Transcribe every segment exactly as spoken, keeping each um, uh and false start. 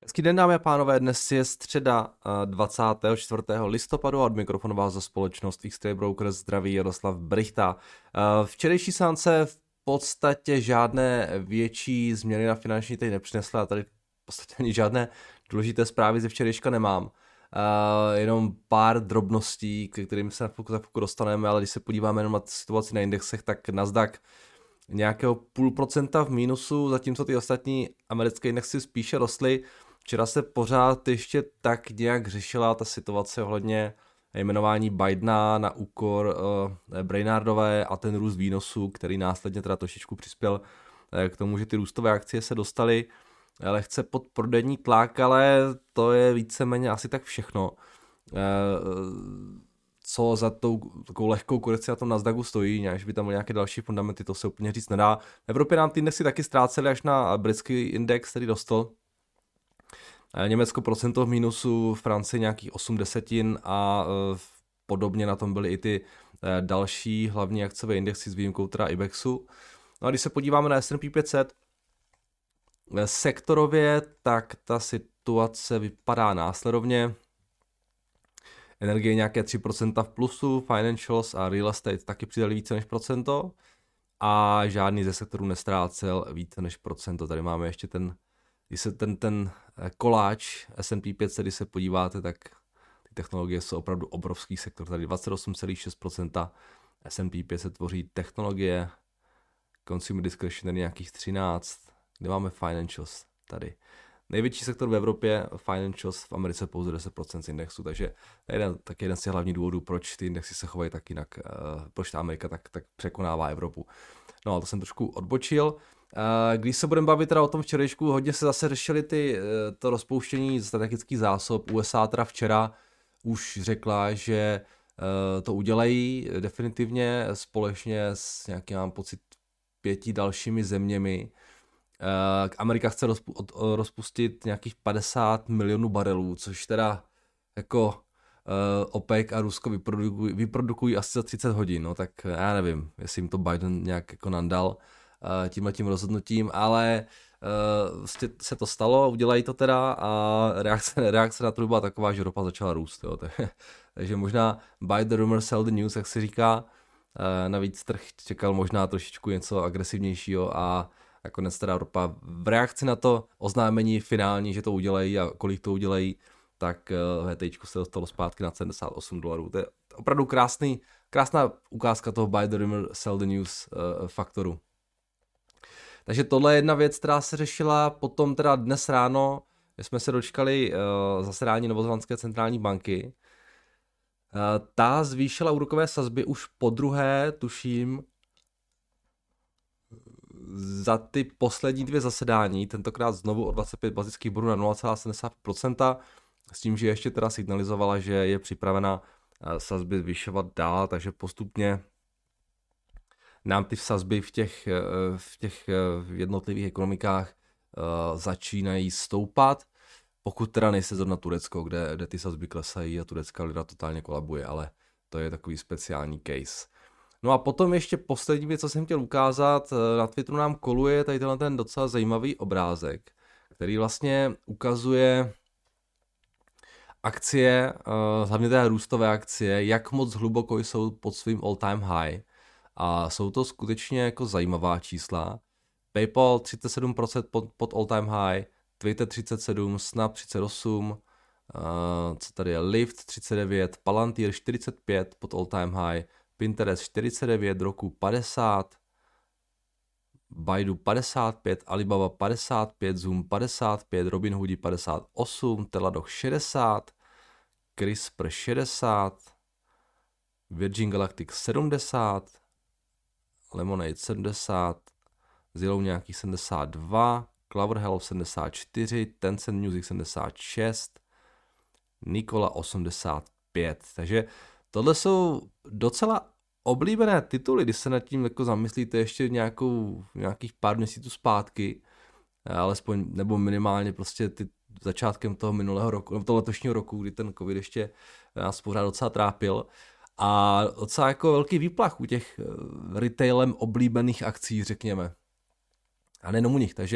Hezký den, dámy a pánové, dnes je středa dvacátého čtvrtého listopadu a od mikrofonu vás za společnost X-Ray Brokers zdraví Jaroslav Brychta. Včerejší seance v podstatě žádné větší změny na finanční teď nepřinesla a tady v podstatě ani žádné důležité zprávy ze včerejška nemám. Uh, jenom pár drobností, k kterým se na chvilku za chvilku dostaneme, ale když se podíváme jenom na situaci na indexech, tak Nasdaq nějakého půl procenta v mínusu, zatímco ty ostatní americké indexy spíše rostly. Včera se pořád ještě tak nějak řešila ta situace ohledně jmenování Bidena na úkor uh, Brainardové a ten růst výnosů, který následně teda trošičku přispěl uh, k tomu, že ty růstové akcie se dostaly lehce pod prodejní tlak, ale to je víceméně asi tak všechno. Uh, co za tou takovou lehkou korekci na tom Nasdaqu stojí, než by tam byly nějaké další fundamenty, to se úplně říct nedá. V Evropě nám ty indexy taky ztrácely až na britský index, který dostal. Německo procento v mínusu, Francie nějakých osm desetin a e, podobně na tom byly i ty e, další hlavní akciové indexy s výjimkou teda IBEXu. No a když se podíváme na S and P pět set, e, sektorově, tak ta situace vypadá následovně. Energie nějaké tři procenta v plusu, financials a real estate taky přidali více než procento a žádný ze sektorů nestrácel více než procento. Tady máme ještě ten Když se ten, ten koláč S and P pět set, když se podíváte, tak ty technologie jsou opravdu obrovský sektor. Tady dvacet osm celá šest procenta S and P pět set tvoří technologie, consumer discretionary nějakých třináct, kde máme financials tady. Největší sektor v Evropě, financials, v Americe pouze deset procent z indexu, takže to je jeden, tak jeden z těch hlavních důvodů, proč ty indexy se chovají tak jinak, uh, proč ta Amerika tak, tak překonává Evropu. No ale to jsem trošku odbočil. Když se budeme bavit teda o tom včerejšku, hodně se zase řešily ty, to rozpouštění strategických zásob. U S A teda včera už řekla, že to udělají definitivně společně s nějakým, mám pocit, pěti dalšími zeměmi. Amerika chce rozpustit nějakých padesát milionů barelů, což teda jako OPEC a Rusko vyprodukují, vyprodukují asi za třicet hodin, no tak já nevím, jestli jim to Biden nějak jako nandal tímhletím rozhodnutím, ale uh, se to stalo, udělají to teda a reakce, reakce na to byla taková, že ropa začala růst. Jo. Takže možná buy the rumor, sell the news, jak se říká. Uh, navíc trh čekal možná trošičku něco agresivnějšího a nakonec teda ropa v reakci na to oznámení finální, že to udělají a kolik to udělají, tak uh, HTIčko se dostalo zpátky na sedmdesát osm dolarů. To je opravdu krásný, krásná ukázka toho buy the rumor, sell the news uh, faktoru. Takže tohle je jedna věc, která se řešila potom teda dnes ráno, jsme se dočkali uh, zasedání Novozélandské centrální banky. Uh, ta zvýšila úrokové sazby už po druhé, tuším, za ty poslední dvě zasedání, tentokrát znovu o dvacet pět bazických bodů na nula celá sedmdesát pět procenta, s tím, že ještě teda signalizovala, že je připravena uh, sazby zvyšovat dál, takže postupně nám ty sazby v těch, v těch jednotlivých ekonomikách uh, začínají stoupat, pokud teda nejste zrovna Turecko, kde, kde ty sazby klesají a turecká lira totálně kolabuje, ale to je takový speciální case. No a potom ještě poslední věc, co jsem chtěl ukázat, na Twitteru nám koluje tady tenhle ten docela zajímavý obrázek, který vlastně ukazuje akcie, uh, hlavně té růstové akcie, jak moc hluboko jsou pod svým all time high. A jsou to skutečně jako zajímavá čísla. PayPal třicet sedm procent pod, pod all time high, Twitter třicet sedm procent, Snap třicet osm procent, uh, co tady je, Lyft třicet devět procent, Palantir čtyřicet pět procent pod all time high, Pinterest čtyřicet devět, Roku padesát, Baidu padesát pět, Alibaba padesát pět, Zoom padesát pět, Robinhoodi padesát osm, Teladoc šedesát, CRISPR šedesát, Virgin Galactic sedmdesát, Lemonade sedmdesát, Zillow nějakých sedmdesát dva, Clover Health sedmdesát čtyři, Tencent Music sedmdesát šest, Nikola osmdesát pět. Takže tohle jsou docela oblíbené tituly, když se nad tím jako zamyslíte ještě nějakou, nějakých pár měsíců zpátky, alespoň nebo minimálně prostě ty začátkem toho minulého roku, nebo toho letošního roku, kdy ten covid ještě nás pořád docela trápil. A docela jako velký výplach u těch retailem oblíbených akcí, řekněme. A nejenom u nich. Takže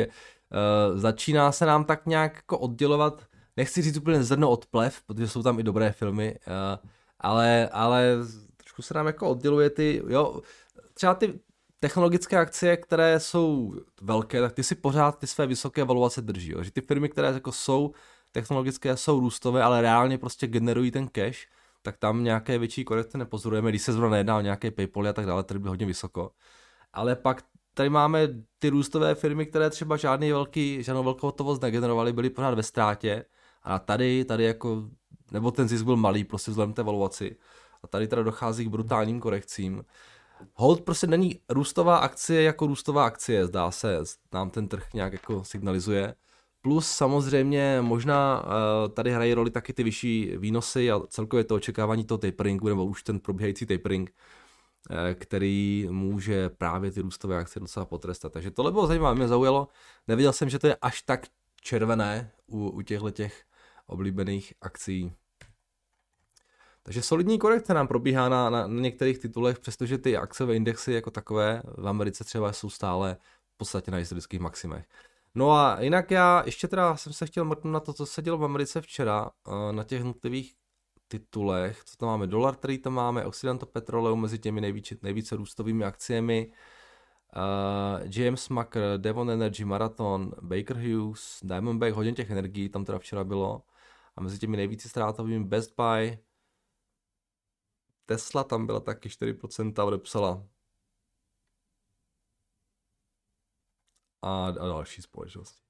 Uh, začíná se nám tak nějak jako oddělovat, nechci říct úplně zrno od plev, protože jsou tam i dobré filmy, uh, ale, ale trošku se nám jako odděluje ty, jo, třeba ty technologické akcie, které jsou velké, tak ty si pořád ty své vysoké valuace drží, jo? Že ty firmy, které jako jsou technologické, jsou růstové, ale reálně prostě generují ten cash, tak tam nějaké větší korekce nepozorujeme, když se zrovna nejedná o nějaké PayPal a tak dále, které byly hodně vysoko. Ale pak tady máme ty růstové firmy, které třeba žádný velký, žádnou velkou hotovost negenerovaly, byly pořád ve ztrátě. A tady, tady jako, nebo ten zisk byl malý, prostě vzhledem té valuaci. A tady teda dochází k brutálním korekcím. Hold prostě není růstová akcie jako růstová akcie, zdá se, nám ten trh nějak jako signalizuje. Plus samozřejmě možná uh, tady hrají roli taky ty vyšší výnosy a celkově to očekávání toho taperingu, nebo už ten probíhající tapering, uh, který může právě ty růstové akcie docela potrestat. Takže tohle bylo zajímavé, mě zaujalo. Neviděl jsem, že to je až tak červené u, u těchto těch oblíbených akcí. Takže solidní korekce nám probíhá na, na, na některých titulech, přestože ty akciové indexy jako takové v Americe třeba jsou stále v podstatě na historických maximech. No a jinak já ještě teda jsem se chtěl mrknout na to, co se dělo v Americe včera, na těch jednotlivých titulech, co tam máme, dolar, který tam máme, Occidental Petroleum mezi těmi nejvíce, nejvíce růstovými akciemi, uh, James Macker, Devon Energy, Marathon, Baker Hughes, Diamondback, hodně těch energií tam teda včera bylo, a mezi těmi nejvíce ztrátovými Best Buy, Tesla tam byla taky čtyři procenta, odepsala. A, a další společnosti.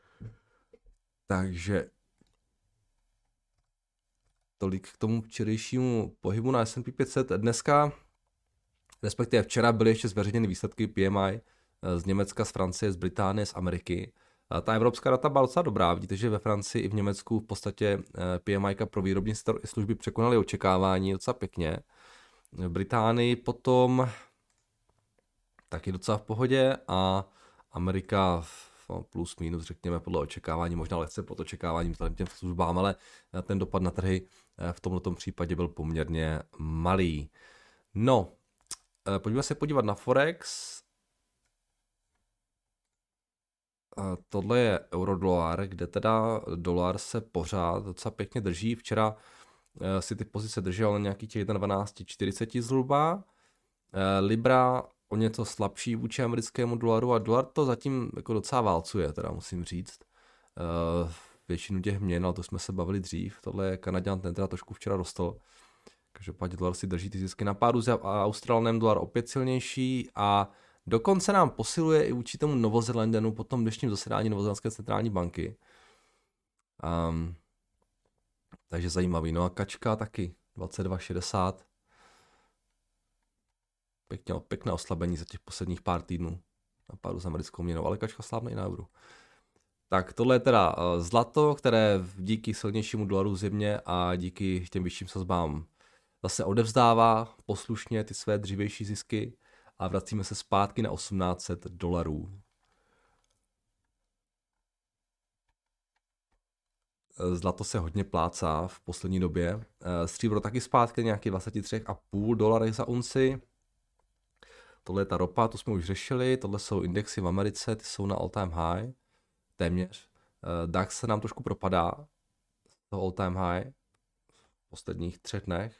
Takže tolik k tomu včerejšímu pohybu na S and P pět set. Dneska, respektive včera, byly ještě zveřejněny výsledky P M I z Německa, z Francie, z Británie, z Ameriky. A ta evropská data byla docela dobrá. Vidíte, že ve Francii i v Německu v podstatě P M I pro výrobní služby překonaly očekávání docela pěkně. V Británii potom taky docela v pohodě a Amerika plus minus, řekněme, podle očekávání, možná lehce pod očekáváním vzhledem těm službám, ale ten dopad na trhy v tomto případě byl poměrně malý. No, pojďme se podívat na Forex. Tohle je euro-dolar, kde teda dolar se pořád docela pěkně drží. Včera si ty pozice držel na nějaký těch dvanáct čtyřicet zhruba. Libra o něco slabší vůči americkému dolaru a dolar to zatím jako docela válcuje, teda musím říct. Většinu těch měn, ale to jsme se bavili dřív. Tohle je Kanaďan, ten teda trošku včera rostl. Každopádně dolar si drží ty zisky na pádu, a australném dolar opět silnější a dokonce nám posiluje i vůči tomu Novozélanděnu po tom dnešním zasedání Novozélandské centrální banky. Um, takže zajímavý. No a kačka taky dvacet dva šedesát. Pěkně, pěkné oslabení za těch posledních pár týdnů na pádu s americkou měnou, ale kačka slábne i na euro. Tak tohle je teda zlato, které díky silnějšímu dolaru zjevně a díky těm vyšším sazbám zase odevzdává poslušně ty své dřívější zisky a vracíme se zpátky na osmnáct set dolarů. Zlato se hodně plácá v poslední době. Stříbro taky zpátky nějaký dvacet tři celá pět dolarech za unci. Tohle je ta ropa, to jsme už řešili. Tohle jsou indexy v Americe, ty jsou na all time high. Téměř. DAX se nám trošku propadá z toho all time high v posledních třech dnech.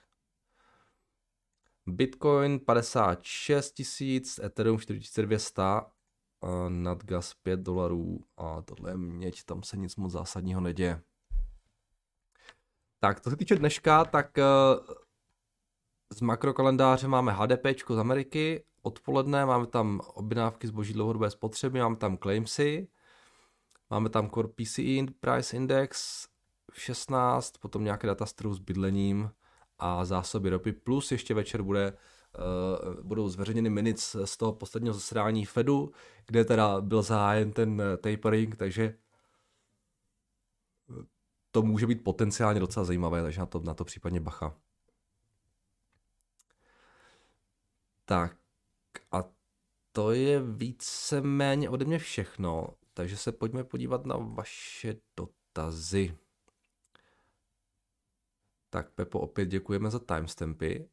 Bitcoin padesát šest tisíc, Ethereum čtyři tisíce dvě stě, nadgas pět dolarů a tohle je měď, tam se nic moc zásadního neděje. Tak, to se týče dneška, tak z makrokalendáře máme HDPčko z Ameriky, odpoledne máme tam objednávky zboží dlouhodobé spotřeby, máme tam claimsy, máme tam Core P C E Price Index šestnáct, potom nějaké data z trhu s bydlením a zásoby ropy, plus ještě večer bude, uh, budou zveřejněny minutes z toho posledního zasedání Fedu, kde teda byl zahájen ten tapering, takže to může být potenciálně docela zajímavé, takže na to, na to případně bacha. Tak a to je víceméně ode mě všechno, takže se pojďme podívat na vaše dotazy. Tak Pepo, opět děkujeme za timestampy.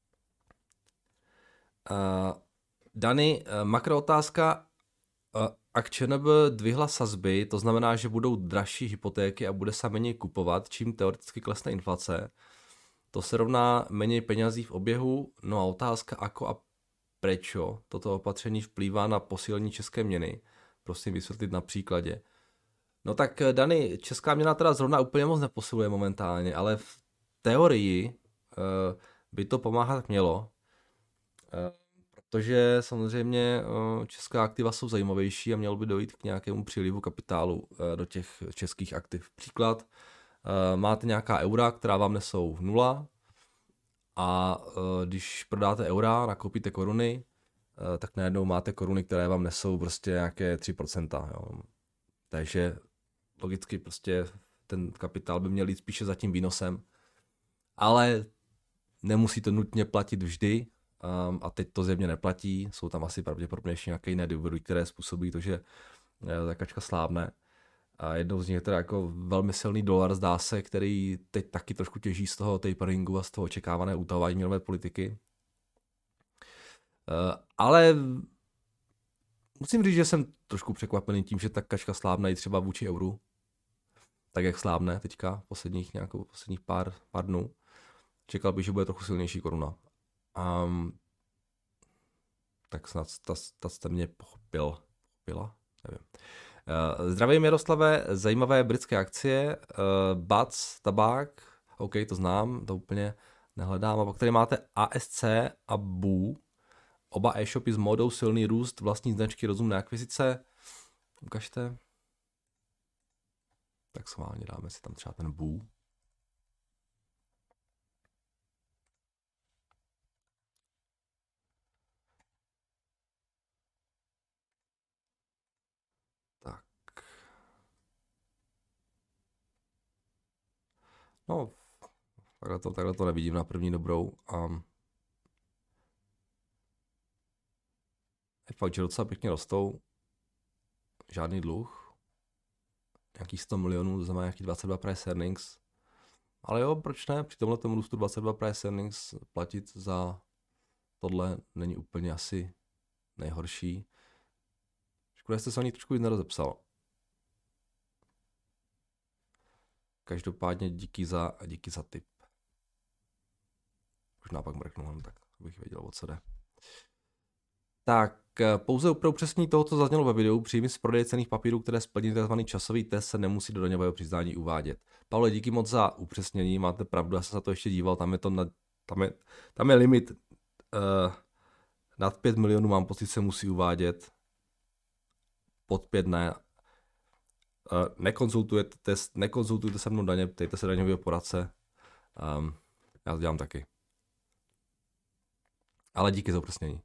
Uh, Dani, uh, makrootázka. Uh, ak ČNB dvihla sazby, to znamená, že budou dražší hypotéky a bude se méně kupovat, čím teoreticky klesne inflace. To se rovná méně penězí v oběhu, no a otázka ako a prečo toto opatření vplývá na posílení české měny. Prosím vysvětlit na příkladě. No tak Dani, česká měna teda zrovna úplně moc neposiluje momentálně, ale v teorii uh, by to pomáhat mělo, uh, protože samozřejmě uh, česká aktiva jsou zajímavější a mělo by dojít k nějakému přílivu kapitálu uh, do těch českých aktiv. Příklad, uh, máte nějaká eura, která vám nesou nula a uh, když prodáte eura, nakoupíte koruny, uh, tak najednou máte koruny, které vám nesou prostě nějaké tři procenta. Jo. Takže logicky prostě ten kapitál by měl jít spíše za tím výnosem, ale nemusí to nutně platit vždy um, a teď to zjevně neplatí, jsou tam asi pravděpodobně ještě nějaké jiné důvody, které způsobí to, že ta kačka slábne. A jednou z nich je teda jako velmi silný dolar, zdá se, který teď taky trošku těží z toho taperingu a z toho očekávané utahování měnové politiky. Uh, ale musím říct, že jsem trošku překvapený tím, že ta kačka slábne i třeba vůči euru. Tak jak slábne teďka posledních nějakou posledních pár, pár dnů. Čekal bych, že bude trochu silnější koruna. Um, tak snad ta, ta jste mě pochopil. Pochopila? Nevím. Uh, zdravím Jaroslave, zajímavé britské akcie. Uh, B A C, tabák, OK, to znám, to úplně nehledám. A pak tady máte A S C a B U. Oba e-shopy s módou silný růst, vlastní značky, rozumné akvizice. Ukažte. Tak schválně dáme si tam třeba ten B U. Tak. No, takhle to, takhle to nevidím na první dobrou. Um, je fakt, že docela pěkně rostou. Žádný dluh. Nějaký sto milionů, to znamená nějaký dvacet dva price earnings. Ale jo, proč ne? Při tomhle tomu růstu dvacet dva price earnings platit za tohle není úplně asi nejhorší. Škoda, jste se o ní trošku víc nerozepsal. Každopádně díky za, díky za tip. Možná pak mrknu, tak bych věděl, o co jde. Tak, pouze pro upřesnění toho, co zaznělo ve videu, příjmy z prodeje cenných papírů, které splní tzv. Časový test, se nemusí do daňového přiznání uvádět. Pavle, díky moc za upřesnění, máte pravdu, já jsem se na to ještě díval, tam je, to na, tam je, tam je limit uh, nad pět milionů, mám pocit, se musí uvádět, pod pět ne. Uh, nekonzultujete, test, nekonzultujte se mnou daně, ptejte se daňového poradce, um, já to dělám taky. Ale díky za upřesnění.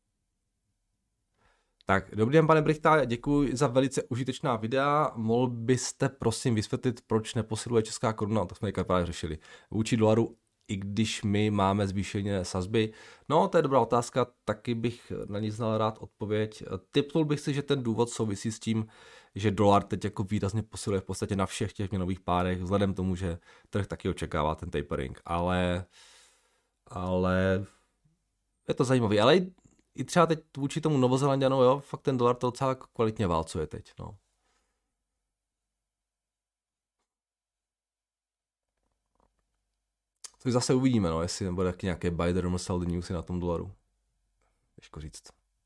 Tak, dobrý den, pane Brichta, děkuji za velice užitečná videa. Mohl byste prosím vysvětlit, proč neposiluje česká koruna? To jsme teďka právě řešili. Vůči dolaru, i když my máme zvýšené sazby. No, to je dobrá otázka, taky bych na ní znal rád odpověď. Tipnul bych si, že ten důvod souvisí s tím, že dolar teď jako výrazně posiluje v podstatě na všech těch měnových párech, vzhledem k tomu, že trh taky očekává ten tapering. Ale, ale je to zajímavé. Ale i třeba teď vůči tomu Novozelanďanu, jo, fakt ten dolar to docela kvalitně válcuje teď, no. To zase uvidíme, no, jestli bude taky nějaké buy the rumor, sell the newsy na tom dolaru. Těžko říct.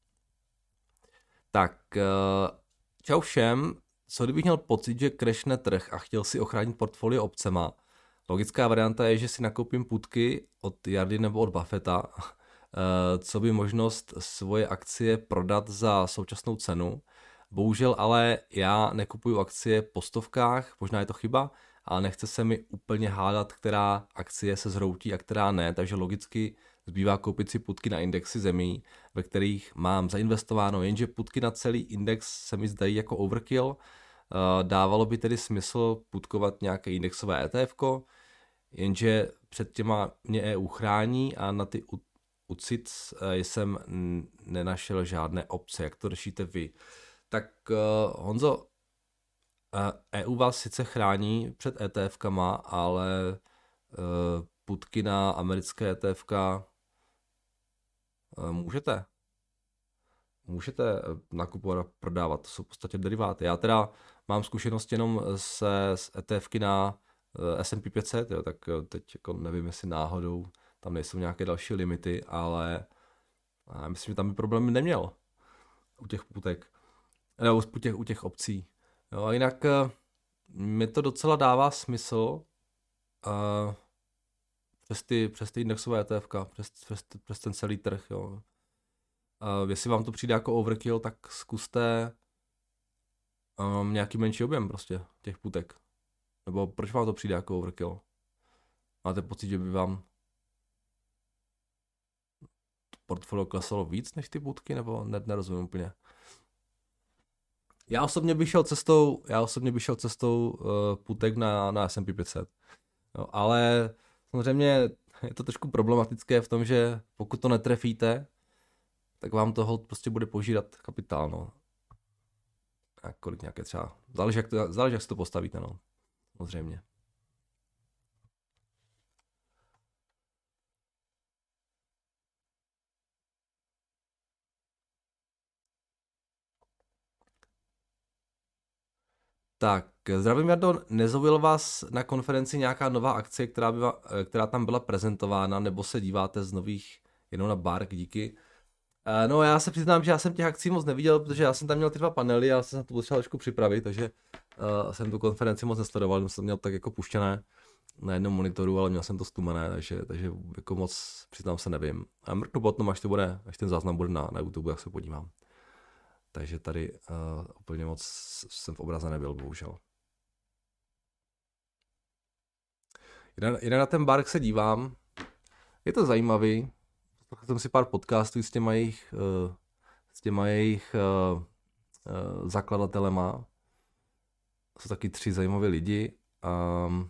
Tak, čau všem. Co kdybych měl pocit, že crashne trh a chtěl si ochránit portfolio opcema? Logická varianta je, že si nakoupím putky od Jardy nebo od Buffetta, co by možnost svoje akcie prodat za současnou cenu. Bohužel ale já nekupuju akcie po stovkách, možná je to chyba, ale nechce se mi úplně hádat, která akcie se zhroutí a která ne, takže logicky zbývá koupit si putky na indexy zemí, ve kterých mám zainvestováno, jenže putky na celý index se mi zdají jako overkill. Dávalo by tedy smysl putkovat nějaké indexové E T F ko, jenže před těma mě E U chrání a na ty u C I T jsem nenašel žádné opce. Jak to řešíte vy? Tak uh, Honzo, uh, E U vás sice chrání před E T F kama, ale uh, putky na americké E T F ka uh, můžete. můžete nakupovat a prodávat, to jsou v podstatě deriváty. Já teda mám zkušenost jenom se, s ETFky na S and P pět set, jo, tak teď jako nevím, jestli náhodou tam nejsou nějaké další limity, ale já myslím, že tam by problém neměl u těch půtek, nebo u těch, u těch opcí. Jo, a jinak mi to docela dává smysl uh, přes, ty, přes ty indexové E T F ka, přes, přes, přes ten celý trh. Jo. Uh, jestli vám to přijde jako overkill, tak zkuste um, nějaký menší objem prostě těch půtek. Nebo proč vám to přijde jako overkill? Máte pocit, že by vám portfolio klesalo víc než ty půtky, nebo ne, nerozumím úplně. Já osobně bych šel cestou, já osobně bych šel cestou uh, půtek na, na S and P pět set. Jo, ale samozřejmě je to trošku problematické v tom, že pokud to netrefíte, tak vám to hold prostě bude požírat kapitál, no. A kolik nějaké třeba, záleží jak, to, záleží, jak si to postavíte, no. Samozřejmě. Tak, zdravím Jardo, nezaujala vás na konferenci nějaká nová akce, která, by, která tam byla prezentována, nebo se díváte z nových jenom na Bark, díky. Uh, no já se přiznám, že já jsem těch akcí moc neviděl, protože já jsem tam měl ty dva panely a jsem se na to potřeboval trošku připravit, takže uh, jsem tu konferenci moc nesledoval, jsem měl tak jako puštěné na jednom monitoru, ale měl jsem to stumené, takže, takže jako moc, přiznám se, nevím. A mrknu potom, až to bude, až ten záznam bude na, na YouTube, jak se podívám. Takže tady uh, úplně moc jsem v obraze nebyl, bohužel. Jinak na ten Bark se dívám, je to zajímavý, poslouchal jsem si pár podcastů s těma jejich, uh, s těma jejich uh, uh, zakladatelema. Jsou taky tři zajímaví lidi. Um,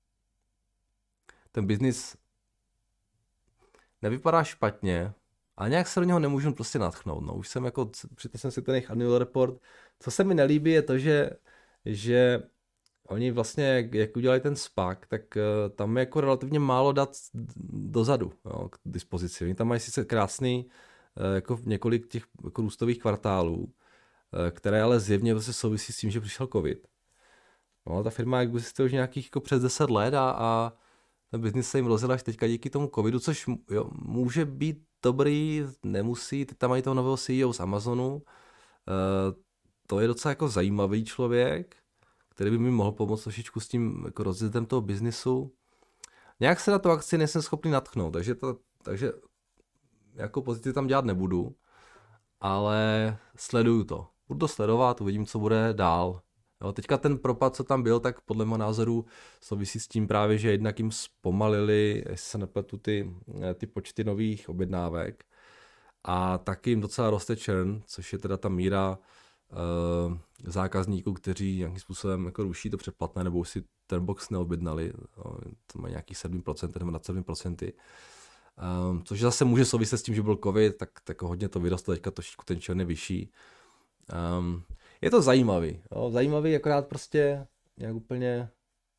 ten biznis nevypadá špatně, ale nějak se do něho nemůžu prostě natchnout. No, už jsem jako, přijde jsem si ten jejich annual report. Co se mi nelíbí je to, že, že oni vlastně, jak, jak udělali ten SPAC, tak uh, tam je jako relativně málo dat dozadu, jo, k dispozici. Oni tam mají sice krásný uh, jako několik těch jako růstových kvartálů, uh, které ale zjevně vlastně souvisí s tím, že přišel covid. No, ta firma jak existuje už nějakých jako přes deset let a, a ten biznis se jim rozjel až teďka díky tomu covidu, což jo, může být dobrý, nemusí. Teď tam mají toho nového C E O z Amazonu. Uh, to je docela jako zajímavý člověk, který by mi mohl pomoct trošičku s tím jako rozjezdem toho biznisu. Nějak se na tu akci nejsem schopný natchnout, takže, to, takže jako pozici tam dělat nebudu, ale sleduju to. Budu to sledovat, uvidím, co bude dál. Jo, teďka ten propad, co tam byl, tak podle mého názoru souvisí s tím právě, že jednak jim zpomalili, jestli se nepletu, ty, ty počty nových objednávek a taky jim docela roste churn, což je teda ta míra uh, zákazníků, kteří nějakým způsobem jako ruší to předplatné nebo už si ten box neobjednali, jo, to má nějaký sedm procent nebo nad sedm procent. Um, což zase může souviset s tím, že byl covid, tak, tak hodně to vyrostlo, teďka trošičku ten churn je vyšší. Um, je to zajímavý, jo, zajímavý, akorát prostě nějak úplně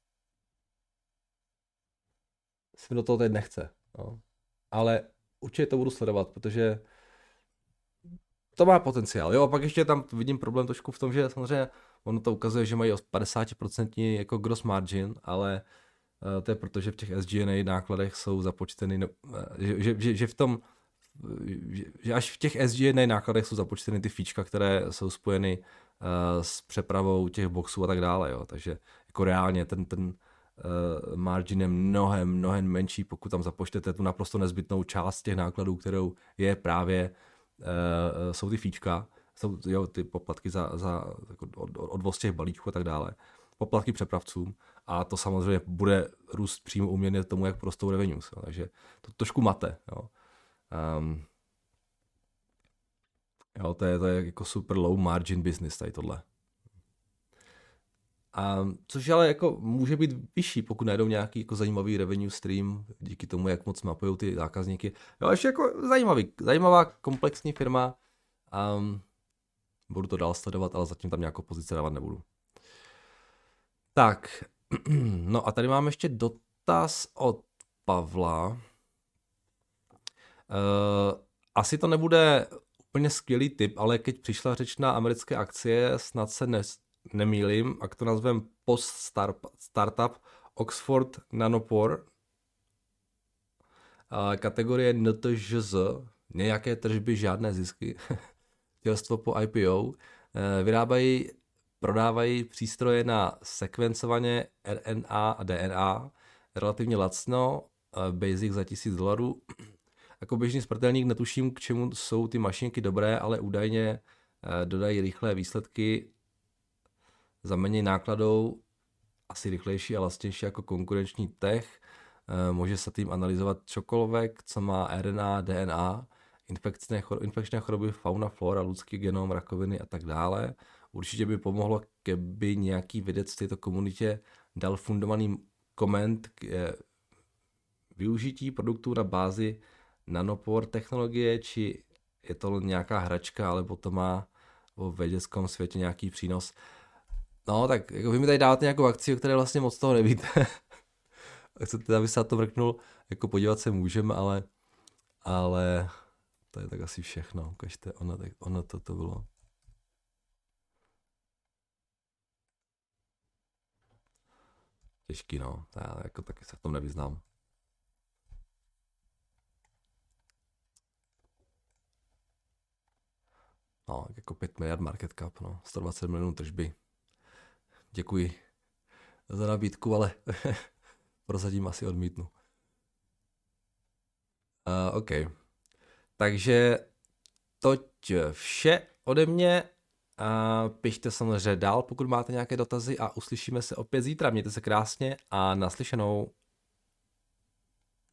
se mi do toho teď nechce, jo. Ale určitě to budu sledovat, protože to má potenciál, jo, a pak ještě tam vidím problém trošku v tom, že samozřejmě ono to ukazuje, že mají padesát procent jako gross margin, ale uh, to je proto, že v těch S G and A nákladech jsou započteny, no, že, že, že, že v tom Že, že až v těch S G and A nákladech jsou započteny ty fíčka, které jsou spojeny uh, s přepravou těch boxů a tak dále, jo. Takže jako reálně ten, ten uh, margin je mnohem, mnohem menší, pokud tam započtete tu naprosto nezbytnou část těch nákladů, kterou je právě, uh, jsou ty fíčka, jsou jo, ty poplatky za, za jako od, odvoz těch balíčků a tak dále, poplatky přepravcům a to samozřejmě bude růst přímo uměrně tomu, jak porostou revenues, jo. Takže to trošku mate, jo. Um, jo, to je, to je jako super low margin business tady tohle. Um, což ale jako může být vyšší, pokud najdou nějaký jako zajímavý revenue stream díky tomu, jak moc mapujou ty zákazníky. Jo, ještě jako zajímavý, zajímavá komplexní firma. Um, budu to dál sledovat, ale zatím tam nějakou pozici dávat nebudu. Tak, no a tady mám ještě dotaz od Pavla. Uh, asi to nebude úplně skvělý tip, ale keď přišla řeč na americké akcie, snad se ne, nemýlím, a to nazvem post startup Oxford Nanopore, kategorie N T Ž Z, nějaké tržby, žádné zisky, tělstvo po I P O, vyrábají, prodávají přístroje na sekvencovaně R N A a D N A, relativně lacno, basic za tisíc dolarů. Jako běžný smrtelník netuším, k čemu jsou ty mašinky dobré, ale údajně dodají rychlé výsledky za méně nákladů, asi rychlejší a lastnější jako konkurenční tech. Může se tím analyzovat čokoliv, co má R N A, D N A, infekčné, infekčné choroby, fauna, flora, lidský genom, rakoviny a tak dále. Určitě by pomohlo, kdyby nějaký vědec v této komunitě dal fundovaný koment k využití produktů na bázi nanopore technologie, či je to nějaká hračka, alebo to má v vědeckém světě nějaký přínos. No, tak jako vy mi tady dáváte nějakou akci, o které vlastně moc toho nevíte. Chcete, aby se na to mrknul, jako podívat se můžeme, ale, ale to je tak asi všechno. Ukažte, ono, tak, ono to, to bylo. Těžký, no. Já jako taky se v tom nevyznám. No, jako pět miliard market cap, no. sto dvacet milionů tržby. Děkuji za nabídku, ale prozatím asi odmítnu. Uh, OK. Takže toť vše ode mě. Uh, pište samozřejmě dál, pokud máte nějaké dotazy, a uslyšíme se opět zítra. Mějte se krásně a naslyšenou.